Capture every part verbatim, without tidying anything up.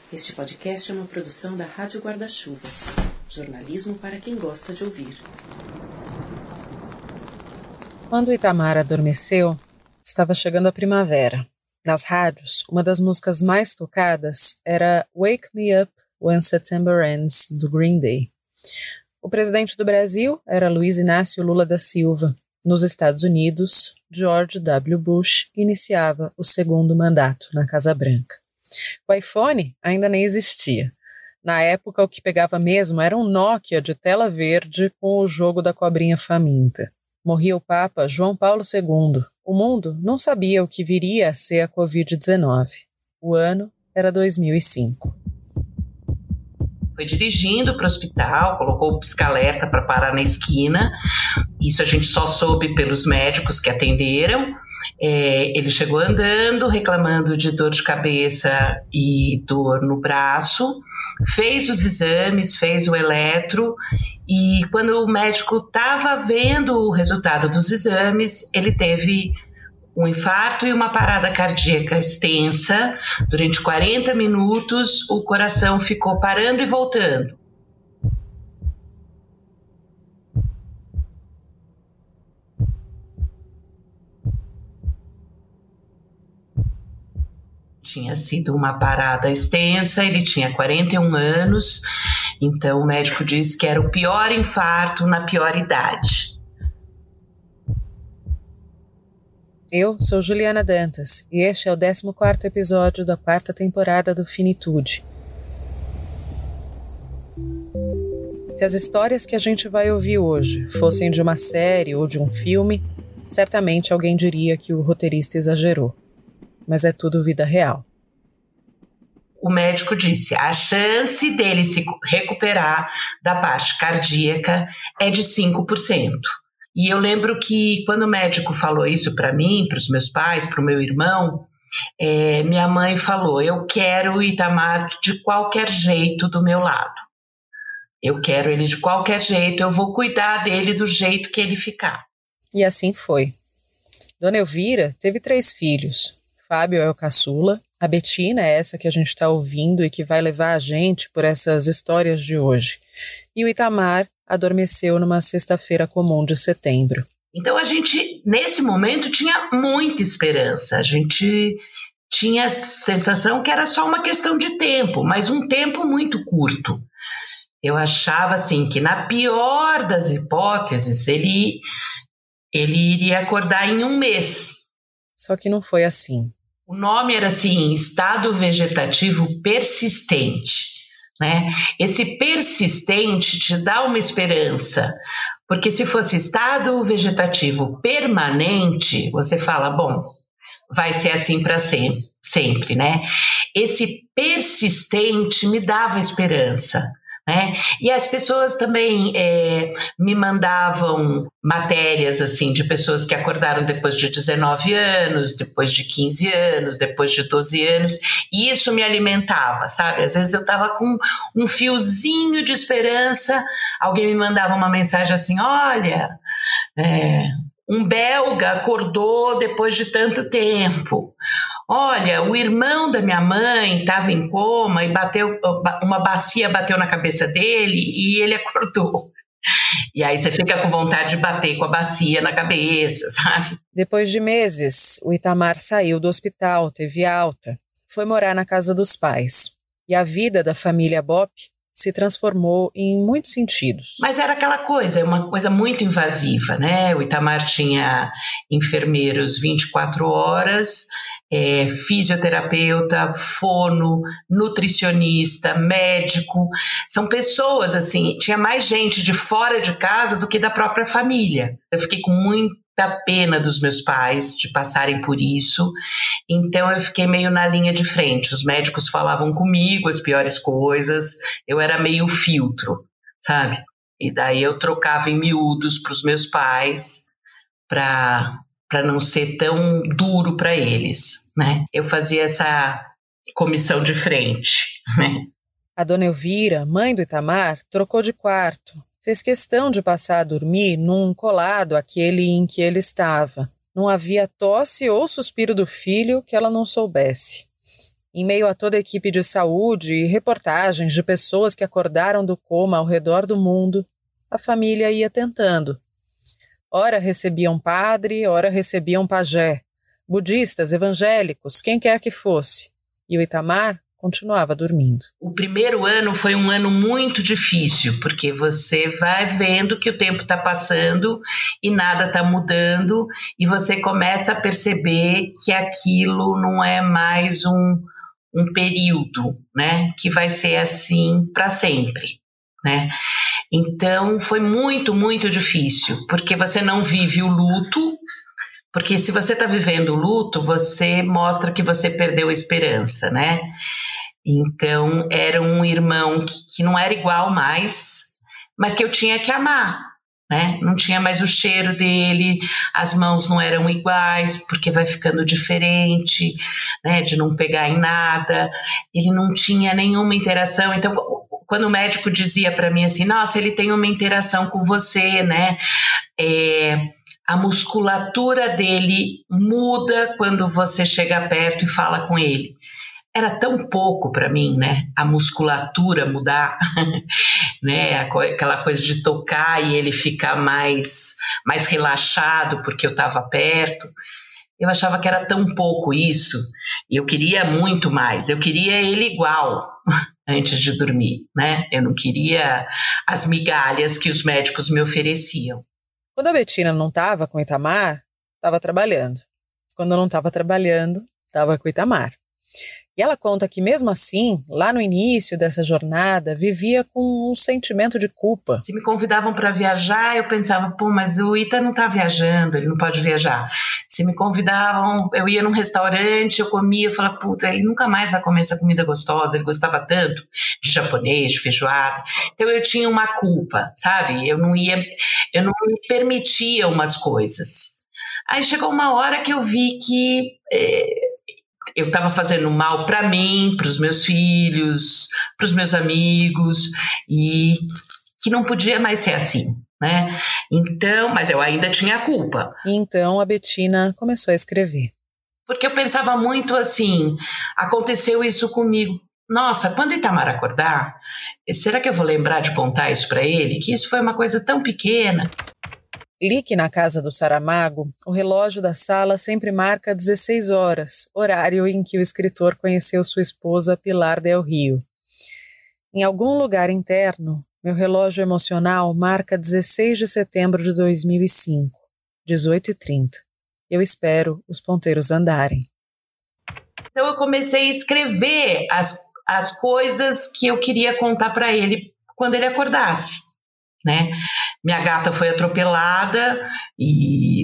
Este podcast é uma produção da Rádio Guarda-Chuva. Jornalismo para quem gosta de ouvir. Quando Itamar adormeceu, estava chegando a primavera. Nas rádios, uma das músicas mais tocadas era Wake Me Up When September Ends, do Green Day. O presidente do Brasil era Luiz Inácio Lula da Silva. Nos Estados Unidos, George W. Bush iniciava o segundo mandato na Casa Branca. O iPhone ainda nem existia. Na época, o que pegava mesmo era um Nokia de tela verde com o jogo da cobrinha faminta. Morria o Papa João Paulo segundo. O mundo não sabia o que viria a ser a covid dezenove. O ano era dois mil e cinco. Foi dirigindo para o hospital, colocou o pisca-alerta para parar na esquina. Isso a gente só soube pelos médicos que atenderam. É, ele chegou andando, reclamando de dor de cabeça e dor no braço, fez os exames, fez o eletro, e quando o médico estava vendo o resultado dos exames, ele teve um infarto e uma parada cardíaca extensa. Durante quarenta minutos, o coração ficou parando e voltando. Tinha sido uma parada extensa, ele tinha quarenta e um anos, então o médico disse que era o pior infarto na pior idade. Eu sou Juliana Dantas e este é o décimo quarto episódio da quarta temporada do Finitude. Se as histórias que a gente vai ouvir hoje fossem de uma série ou de um filme, certamente alguém diria que o roteirista exagerou. Mas é tudo vida real. O médico disse, a chance dele se recuperar da parte cardíaca é de cinco por cento. E eu lembro que quando o médico falou isso para mim, para os meus pais, para o meu irmão, é, minha mãe falou, eu quero o Itamar de qualquer jeito do meu lado. Eu quero ele de qualquer jeito, eu vou cuidar dele do jeito que ele ficar. E assim foi. Dona Elvira teve três filhos. Fábio é o caçula, a Betina é essa que a gente está ouvindo e que vai levar a gente por essas histórias de hoje. E o Itamar adormeceu numa sexta-feira comum de setembro. Então a gente, nesse momento, tinha muita esperança. A gente tinha a sensação que era só uma questão de tempo, mas um tempo muito curto. Eu achava assim que na pior das hipóteses ele, ele iria acordar em um mês. Só que não foi assim. O nome era assim, estado vegetativo persistente, né? Esse persistente te dá uma esperança, porque se fosse estado vegetativo permanente, você fala, bom, vai ser assim para sempre, sempre, né? Esse persistente me dava esperança, né? E as pessoas também é, me mandavam matérias assim, de pessoas que acordaram depois de dezenove anos, depois de quinze anos, depois de doze anos, e isso me alimentava, sabe? Às vezes eu estava com um fiozinho de esperança, alguém me mandava uma mensagem assim, olha, é, um belga acordou depois de tanto tempo. Olha, o irmão da minha mãe estava em coma e bateu, uma bacia bateu na cabeça dele e ele acordou. E aí você fica com vontade de bater com a bacia na cabeça, sabe? Depois de meses, o Itamar saiu do hospital, teve alta, foi morar na casa dos pais. E a vida da família Bop se transformou em muitos sentidos. Mas era aquela coisa, uma coisa muito invasiva, né? O Itamar tinha enfermeiros vinte e quatro horas, é, fisioterapeuta, fono, nutricionista, médico. São pessoas, assim, tinha mais gente de fora de casa do que da própria família. Eu fiquei com muita pena dos meus pais de passarem por isso, então eu fiquei meio na linha de frente. Os médicos falavam comigo as piores coisas, eu era meio filtro, sabe? E daí eu trocava em miúdos para os meus pais para para não ser tão duro para eles, né? Eu fazia essa comissão de frente, né? A dona Elvira, mãe do Itamar, trocou de quarto. Fez questão de passar a dormir num colado àquele em que ele estava. Não havia tosse ou suspiro do filho que ela não soubesse. Em meio a toda a equipe de saúde e reportagens de pessoas que acordaram do coma ao redor do mundo, a família ia tentando. Ora recebia um padre, ora recebia um pajé, budistas, evangélicos, quem quer que fosse. E o Itamar continuava dormindo. O primeiro ano foi um ano muito difícil, porque você vai vendo que o tempo está passando e nada está mudando, e você começa a perceber que aquilo não é mais um, um período, né, que vai ser assim para sempre, né? Então foi muito, muito difícil, porque você não vive o luto, porque se você está vivendo o luto, você mostra que você perdeu a esperança, né? Então, era um irmão que, que não era igual mais, mas que eu tinha que amar, né? Não tinha mais o cheiro dele, as mãos não eram iguais, porque vai ficando diferente, né? De não pegar em nada, ele não tinha nenhuma interação. Então, quando o médico dizia para mim assim, nossa, ele tem uma interação com você, né? É, a musculatura dele muda quando você chega perto e fala com ele. Era tão pouco para mim, né? A musculatura mudar, né? Aquela coisa de tocar e ele ficar mais, mais relaxado porque eu estava perto. Eu achava que era tão pouco isso. E eu queria muito mais. Eu queria ele igual antes de dormir, né? Eu não queria as migalhas que os médicos me ofereciam. Quando a Betina não estava com o Itamar, estava trabalhando. Quando não estava trabalhando, estava com o Itamar. E ela conta que mesmo assim, lá no início dessa jornada, vivia com um sentimento de culpa. Se me convidavam para viajar, eu pensava, pô, mas o Ita não está viajando, ele não pode viajar. Se me convidavam, eu ia num restaurante, eu comia, eu falava, puta, ele nunca mais vai comer essa comida gostosa, ele gostava tanto de japonês, de feijoada. Então eu tinha uma culpa, sabe? Eu não ia, eu não me permitia umas coisas. Aí chegou uma hora que eu vi que... É, eu estava fazendo mal para mim, para os meus filhos, para os meus amigos, e que não podia mais ser assim, né? Então, mas eu ainda tinha a culpa. Então a Betina começou a escrever. Porque eu pensava muito assim, aconteceu isso comigo. Nossa, quando o Itamar acordar, será que eu vou lembrar de contar isso para ele? Que isso foi uma coisa tão pequena. Li que na casa do Saramago, o relógio da sala sempre marca dezesseis horas, horário em que o escritor conheceu sua esposa Pilar del Rio. Em algum lugar interno, meu relógio emocional marca dezesseis de setembro de dois mil e cinco, dezoito e trinta. Eu espero os ponteiros andarem. Então eu comecei a escrever as, as coisas que eu queria contar para ele quando ele acordasse. Né? Minha gata foi atropelada e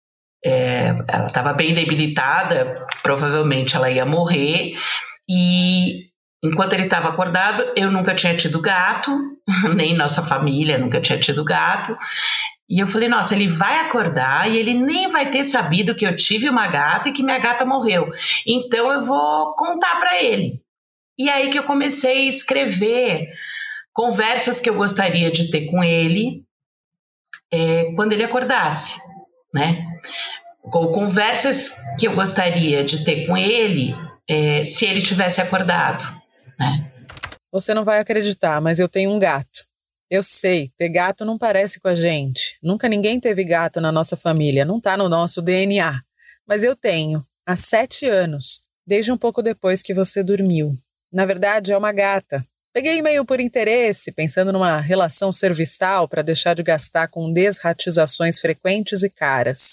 é, ela estava bem debilitada, provavelmente ela ia morrer, e enquanto ele estava acordado, eu nunca tinha tido gato, nem nossa família nunca tinha tido gato, e eu falei, nossa, ele vai acordar e ele nem vai ter sabido que eu tive uma gata e que minha gata morreu, então eu vou contar para ele. E aí que eu comecei a escrever conversas que eu gostaria de ter com ele é, quando ele acordasse, né? Ou conversas que eu gostaria de ter com ele é, se ele tivesse acordado, né? Você não vai acreditar, mas eu tenho um gato. Eu sei, ter gato não parece com a gente. Nunca ninguém teve gato na nossa família, não tá no nosso D N A. Mas eu tenho, há sete anos, desde um pouco depois que você dormiu. Na verdade, é uma gata. Peguei meio por interesse, pensando numa relação serviçal para deixar de gastar com desratizações frequentes e caras.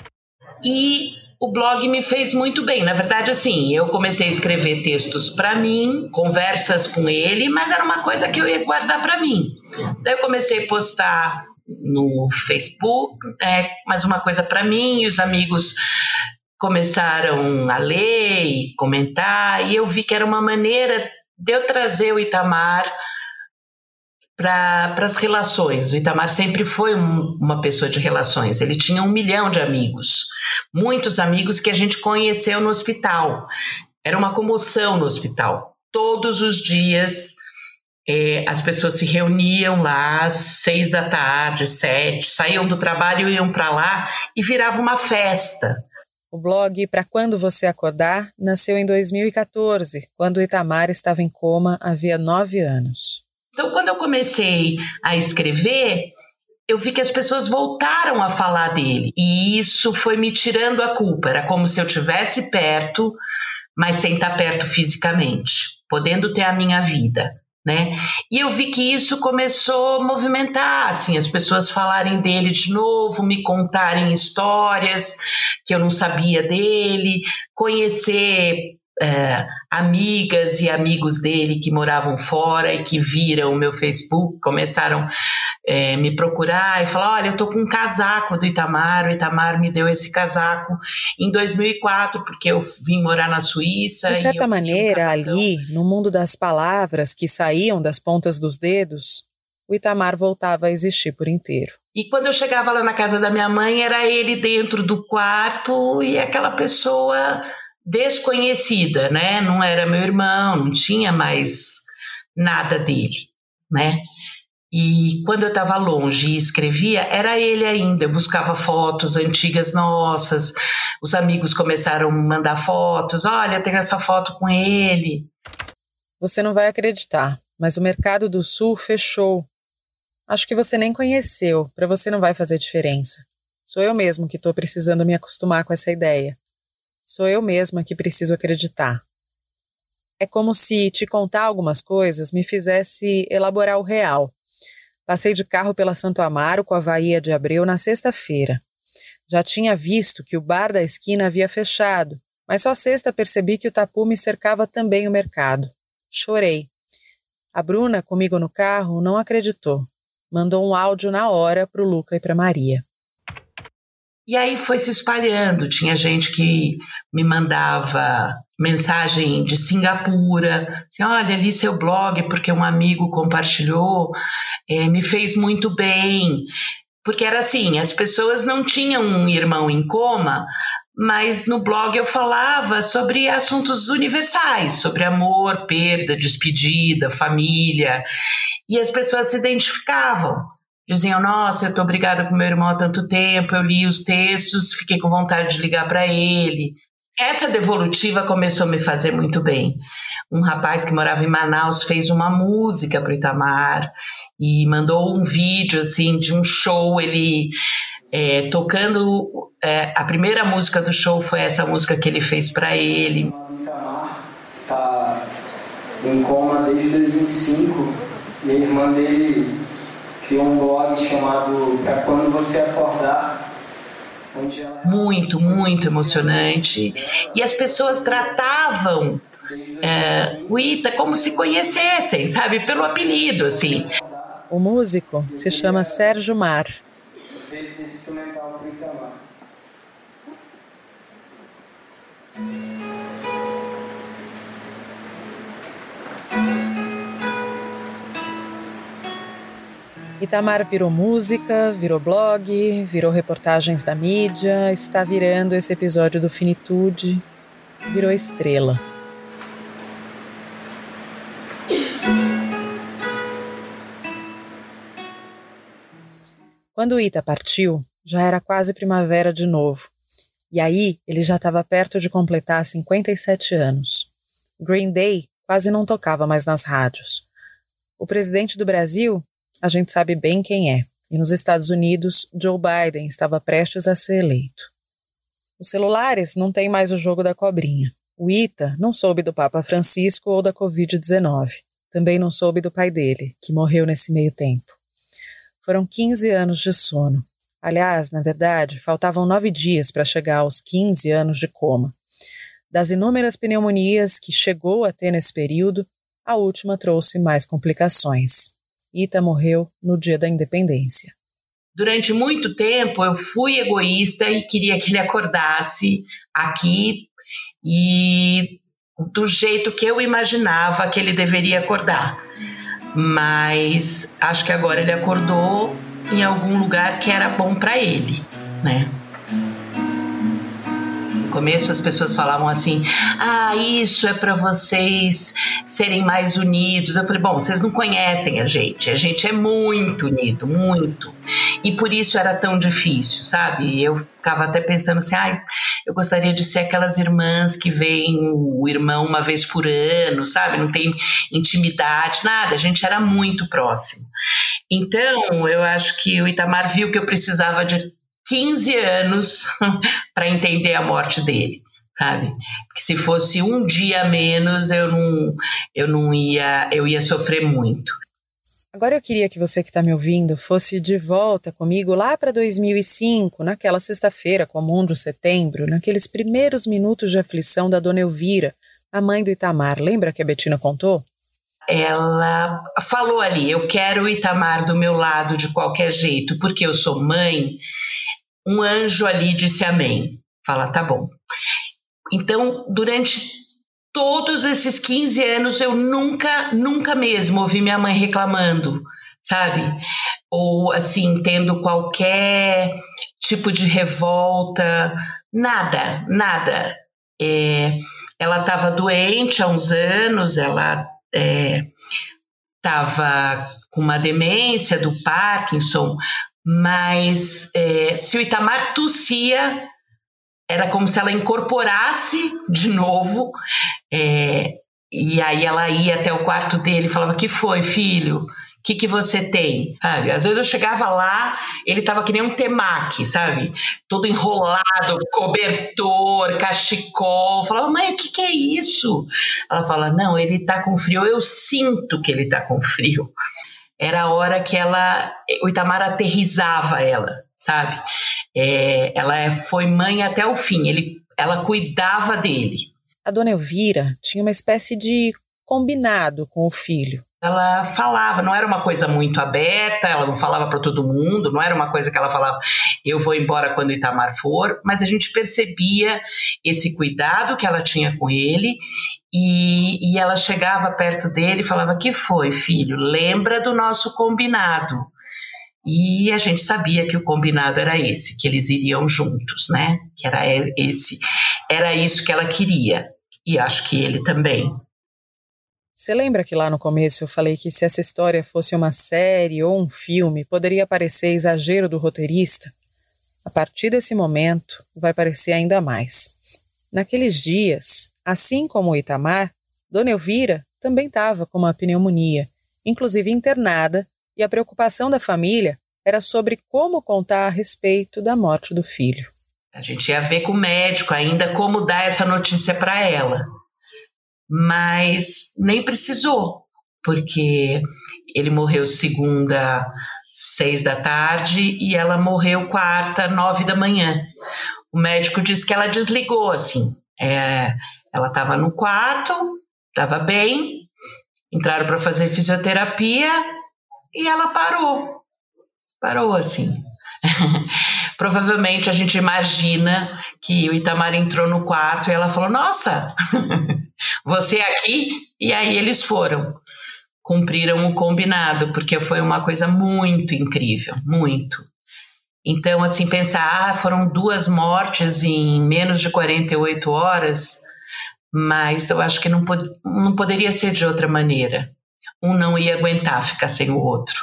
E o blog me fez muito bem. Na verdade, assim, eu comecei a escrever textos para mim, conversas com ele, mas era uma coisa que eu ia guardar para mim. Daí eu comecei a postar no Facebook, é, mais uma coisa para mim, e os amigos começaram a ler e comentar, e eu vi que era uma maneira de eu trazer o Itamar para as relações. O Itamar sempre foi um, uma pessoa de relações. Ele tinha um milhão de amigos. Muitos amigos que a gente conheceu no hospital. Era uma comoção no hospital. Todos os dias eh, as pessoas se reuniam lá às seis da tarde, sete, saíam do trabalho e iam para lá e virava uma festa. O blog Pra Quando Você Acordar nasceu em dois mil e quatorze, quando o Itamar estava em coma havia nove anos. Então, quando eu comecei a escrever, eu vi que as pessoas voltaram a falar dele. E isso foi me tirando a culpa. Era como se eu estivesse perto, mas sem estar perto fisicamente, podendo ter a minha vida, né? E eu vi que isso começou a movimentar, assim, as pessoas falarem dele de novo, me contarem histórias que eu não sabia dele, conhecer é, amigas e amigos dele que moravam fora e que viram o meu Facebook, começaram É, me procurar e falar, olha, eu tô com um casaco do Itamar, o Itamar me deu esse casaco em dois mil e quatro, porque eu vim morar na Suíça. De certa maneira, um ali, no mundo das palavras que saíam das pontas dos dedos, o Itamar voltava a existir por inteiro. E quando eu chegava lá na casa da minha mãe, era ele dentro do quarto e aquela pessoa desconhecida, né? Não era meu irmão, não tinha mais nada dele, né? E quando eu estava longe e escrevia, era ele ainda. Eu buscava fotos antigas nossas, os amigos começaram a me mandar fotos. Olha, eu tenho essa foto com ele. Você não vai acreditar, mas o Mercado do Sul fechou. Acho que você nem conheceu, para você não vai fazer diferença. Sou eu mesmo que estou precisando me acostumar com essa ideia. Sou eu mesma que preciso acreditar. É como se te contar algumas coisas me fizesse elaborar o real. Passei de carro pela Santo Amaro com a Baía de Abreu na sexta-feira. Já tinha visto que o bar da esquina havia fechado, mas só sexta percebi que o tapume cercava também o mercado. Chorei. A Bruna, comigo no carro, não acreditou. Mandou um áudio na hora para o Luca e para Maria. E aí foi se espalhando, tinha gente que me mandava mensagem de Singapura, assim, olha, li seu blog porque um amigo compartilhou, é, me fez muito bem, porque era assim, as pessoas não tinham um irmão em coma, mas no blog eu falava sobre assuntos universais, sobre amor, perda, despedida, família, e as pessoas se identificavam. Diziam, nossa, eu tô obrigada com meu irmão há tanto tempo, eu li os textos, fiquei com vontade de ligar para ele. Essa devolutiva começou a me fazer muito bem. Um rapaz que morava em Manaus fez uma música para o Itamar e mandou um vídeo assim, de um show, ele é, tocando, é, a primeira música do show foi essa música que ele fez para ele. O Itamar está em coma desde dois mil e cinco e a irmã dele criou um blog chamado Pra Quando Você Acordar. Onde ela... Muito, muito emocionante. E as pessoas tratavam é, o Ita como se conhecessem, sabe? Pelo apelido, assim. O músico se chama Sérgio Mar. Fez esse instrumental pro Itamar. Itamar virou música, virou blog, virou reportagens da mídia, está virando esse episódio do Finitude, virou estrela. Quando o Ita partiu, já era quase primavera de novo. E aí, ele já estava perto de completar cinquenta e sete anos. Green Day quase não tocava mais nas rádios. O presidente do Brasil, a gente sabe bem quem é. E nos Estados Unidos, Joe Biden estava prestes a ser eleito. Os celulares não têm mais o jogo da cobrinha. O Ita não soube do Papa Francisco ou da covid dezenove. Também não soube do pai dele, que morreu nesse meio tempo. Foram quinze anos de sono. Aliás, na verdade, faltavam nove dias para chegar aos quinze anos de coma. Das inúmeras pneumonias que chegou a ter nesse período, a última trouxe mais complicações. Ita morreu no dia da independência. Durante muito tempo eu fui egoísta e queria que ele acordasse aqui e do jeito que eu imaginava que ele deveria acordar. Mas acho que agora ele acordou em algum lugar que era bom para ele, né? No começo as pessoas falavam assim, ah, isso é para vocês serem mais unidos. Eu falei, bom, vocês não conhecem a gente, a gente é muito unido, muito. e por isso era tão difícil, sabe? Eu ficava até pensando assim, ai, eu gostaria de ser aquelas irmãs que veem o irmão uma vez por ano, sabe? Não tem intimidade, nada, a gente era muito próximo. Então, eu acho que o Itamar viu que eu precisava de quinze anos para entender a morte dele, sabe? Porque se fosse um dia menos, eu não, eu não ia, eu ia sofrer muito. Agora eu queria que você que está me ouvindo fosse de volta comigo lá para dois mil e cinco, naquela sexta-feira comum de setembro, naqueles primeiros minutos de aflição da dona Elvira, a mãe do Itamar. Lembra que a Betina contou? Ela falou ali, eu quero o Itamar do meu lado de qualquer jeito, porque eu sou mãe. Um anjo ali disse amém. Fala, tá bom. Então, durante todos esses quinze anos, eu nunca, nunca mesmo ouvi minha mãe reclamando, sabe? Ou, assim, tendo qualquer tipo de revolta. Nada, nada. É, ela estava doente há uns anos, ela estava é, com uma demência do Parkinson, mas é, se o Itamar tossia, era como se ela incorporasse de novo, é, e aí ela ia até o quarto dele e falava, que foi, filho? O que, que você tem? Sabe? Às vezes eu chegava lá, ele estava que nem um temaki, sabe? Todo enrolado, cobertor, cachecol. Eu falava, mãe, o que, que é isso? Ela fala, não, ele está com frio, eu sinto que ele está com frio. Era a hora que ela, o Itamar aterrizava ela, sabe? É, ela foi mãe até o fim, ele, ela cuidava dele. A dona Elvira tinha uma espécie de combinado com o filho. Ela falava, não era uma coisa muito aberta, ela não falava para todo mundo, não era uma coisa que ela falava, eu vou embora quando o Itamar for, mas a gente percebia esse cuidado que ela tinha com ele. E, e ela chegava perto dele e falava, que foi, filho? Lembra do nosso combinado. E a gente sabia que o combinado era esse, que eles iriam juntos, né? Que era esse, era isso que ela queria. E acho que ele também. Você lembra que lá no começo eu falei que se essa história fosse uma série ou um filme, poderia parecer exagero do roteirista? A partir desse momento, vai parecer ainda mais. Naqueles dias, assim como o Itamar, dona Elvira também estava com uma pneumonia, inclusive internada, e a preocupação da família era sobre como contar a respeito da morte do filho. A gente ia ver com o médico ainda como dar essa notícia para ela, mas nem precisou, porque ele morreu segunda, seis da tarde, e ela morreu quarta, nove da manhã. O médico disse que ela desligou, assim, é... Ela estava no quarto, estava bem, entraram para fazer fisioterapia e ela parou. Parou assim. Provavelmente a gente imagina que o Itamar entrou no quarto e ela falou, nossa, você aqui? E aí eles foram. Cumpriram o combinado, porque foi uma coisa muito incrível, muito. Então, assim, pensar, ah, foram duas mortes em menos de quarenta e oito horas... Mas eu acho que não, pod- não poderia ser de outra maneira. Um não ia aguentar ficar sem o outro.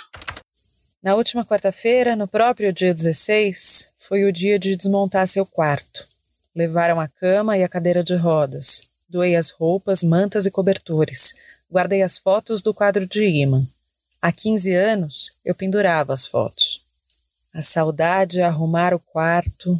Na última quarta-feira, no próprio dia dezesseis, foi o dia de desmontar seu quarto. Levaram a cama e a cadeira de rodas. Doei as roupas, mantas e cobertores. Guardei as fotos do quadro de imã. Há quinze anos, eu pendurava as fotos. A saudade a arrumar o quarto...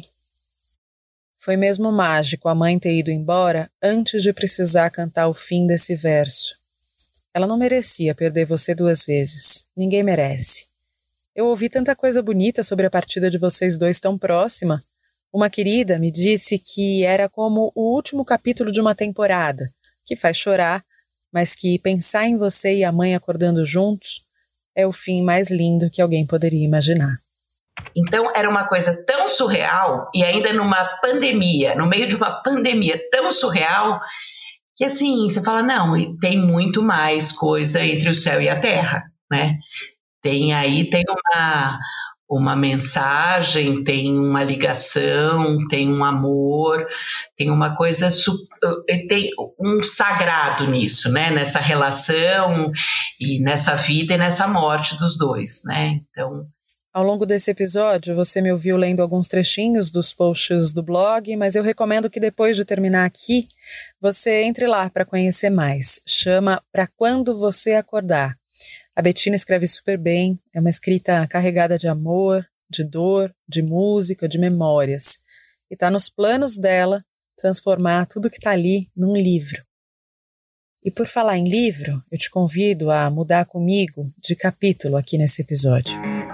Foi mesmo mágico a mãe ter ido embora antes de precisar cantar o fim desse verso. Ela não merecia perder você duas vezes. Ninguém merece. Eu ouvi tanta coisa bonita sobre a partida de vocês dois tão próxima. Uma querida me disse que era como o último capítulo de uma temporada, que faz chorar, mas que pensar em você e a mãe acordando juntos é o fim mais lindo que alguém poderia imaginar. Então, era uma coisa tão surreal, e ainda numa pandemia, no meio de uma pandemia tão surreal, que assim, você fala, não, tem muito mais coisa entre o céu e a terra, né? Tem aí, tem uma, uma mensagem, tem uma ligação, tem um amor, tem uma coisa, tem um sagrado nisso, né? Nessa relação, e nessa vida e nessa morte dos dois, né? Então... Ao longo desse episódio, você me ouviu lendo alguns trechinhos dos posts do blog, mas eu recomendo que depois de terminar aqui, você entre lá para conhecer mais. Chama Pra Quando Você Acordar. A Bettina escreve super bem, é uma escrita carregada de amor, de dor, de música, de memórias. E está nos planos dela transformar tudo que está ali num livro. E por falar em livro, eu te convido a mudar comigo de capítulo aqui nesse episódio.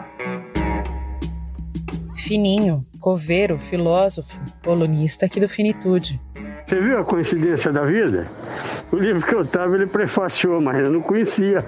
Fininho, coveiro, filósofo, colunista aqui do Finitude. Você viu a coincidência da vida? O livro que eu estava, ele prefaciou, mas eu não conhecia.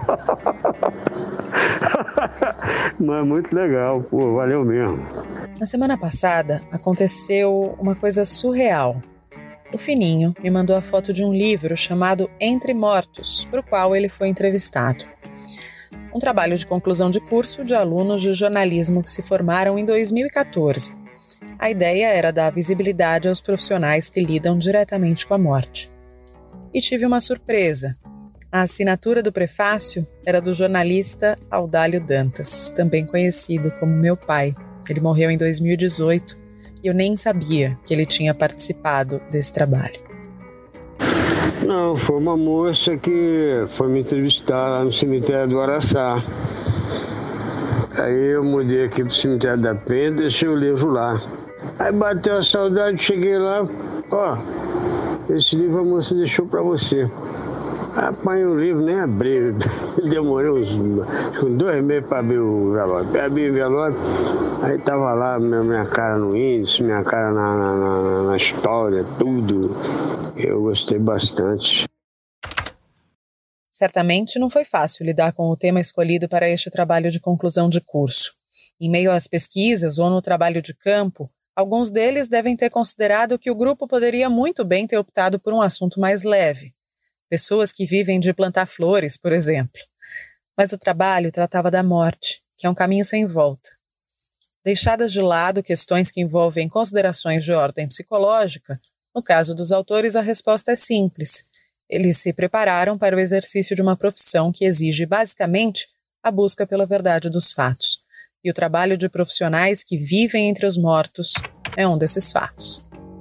Mas muito legal, pô, valeu mesmo. Na semana passada, aconteceu uma coisa surreal. O Fininho me mandou a foto de um livro chamado Entre Mortos, para o qual ele foi entrevistado. Um trabalho de conclusão de curso de alunos de jornalismo que se formaram em dois mil e catorze. A ideia era dar visibilidade aos profissionais que lidam diretamente com a morte. E tive uma surpresa. A assinatura do prefácio era do jornalista Audálio Dantas, também conhecido como meu pai. Ele morreu em dois mil e dezoito e eu nem sabia que ele tinha participado desse trabalho. Não, foi uma moça que foi me entrevistar lá no cemitério do Araçá. Aí eu mudei aqui pro cemitério da Penha, deixei o livro lá. Aí bateu a saudade, cheguei lá, ó, esse livro a moça deixou pra você. Apanhei o livro, nem abri, demorei uns dois meses para abrir o envelope. Abri o envelope, aí tava lá minha, minha cara no índice, minha cara na, na, na, na história, tudo. Eu gostei bastante. Certamente não foi fácil lidar com o tema escolhido para este trabalho de conclusão de curso. Em meio às pesquisas ou no trabalho de campo, alguns deles devem ter considerado que o grupo poderia muito bem ter optado por um assunto mais leve. Pessoas que vivem de plantar flores, por exemplo. Mas o trabalho tratava da morte, que é um caminho sem volta. Deixadas de lado questões que envolvem considerações de ordem psicológica, no caso dos autores a resposta é simples. Eles se prepararam para o exercício de uma profissão que exige basicamente a busca pela verdade dos fatos. E o trabalho de profissionais que vivem entre os mortos é um desses fatos.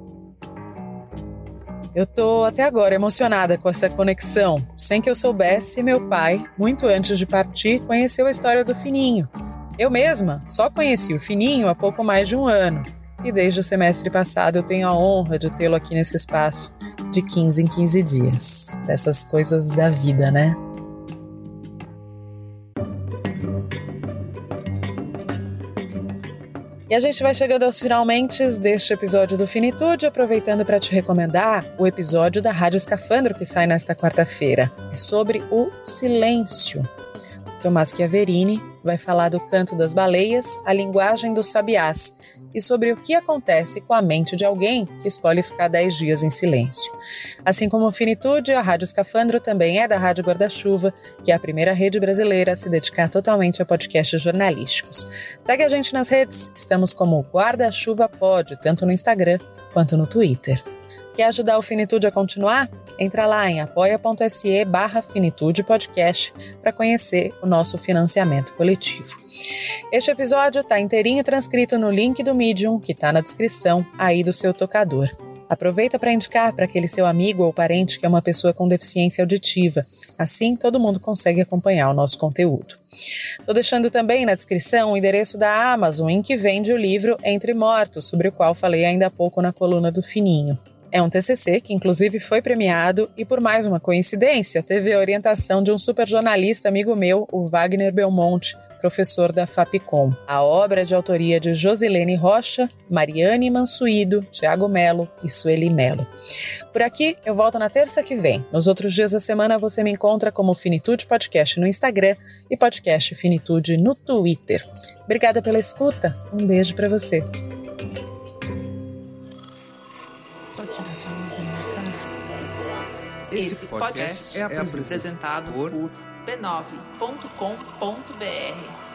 Eu tô até agora emocionada com essa conexão. Sem que eu soubesse, meu pai, muito antes de partir, conheceu a história do Fininho. Eu mesma só conheci o Fininho há pouco mais de um ano. E desde o semestre passado eu tenho a honra de tê-lo aqui nesse espaço de quinze em quinze dias. Dessas coisas da vida, né? E a gente vai chegando aos finalmente deste episódio do Finitude, aproveitando para te recomendar o episódio da Rádio Escafandro que sai nesta quarta-feira. É sobre o silêncio. Tomás Chiaverini vai falar do canto das baleias, a linguagem dos sabiás e sobre o que acontece com a mente de alguém que escolhe ficar dez dias em silêncio. Assim como o Finitude, a Rádio Escafandro também é da Rádio Guarda-Chuva, que é a primeira rede brasileira a se dedicar totalmente a podcasts jornalísticos. Segue a gente nas redes, estamos como Guarda-Chuva Pod, tanto no Instagram quanto no Twitter. Quer ajudar o Finitude a continuar? Entra lá em apoia.se barra Finitude Podcast para conhecer o nosso financiamento coletivo. Este episódio está inteirinho transcrito no link do Medium, que está na descrição aí do seu tocador. Aproveita para indicar para aquele seu amigo ou parente que é uma pessoa com deficiência auditiva. Assim, todo mundo consegue acompanhar o nosso conteúdo. Estou deixando também na descrição o endereço da Amazon, em que vende o livro Entre Mortos, sobre o qual falei ainda há pouco na coluna do Fininho. É um T C C que inclusive foi premiado e, por mais uma coincidência, teve a orientação de um super jornalista amigo meu, o Wagner Belmonte, professor da Fapcom. A obra é de autoria de Josilene Rocha, Mariane Mansuído, Tiago Melo e Sueli Melo. Por aqui, eu volto na terça que vem. Nos outros dias da semana você me encontra como Finitude Podcast no Instagram e Podcast Finitude no Twitter. Obrigada pela escuta, um beijo para você. Esse podcast é apresentado por b nove ponto com ponto b r.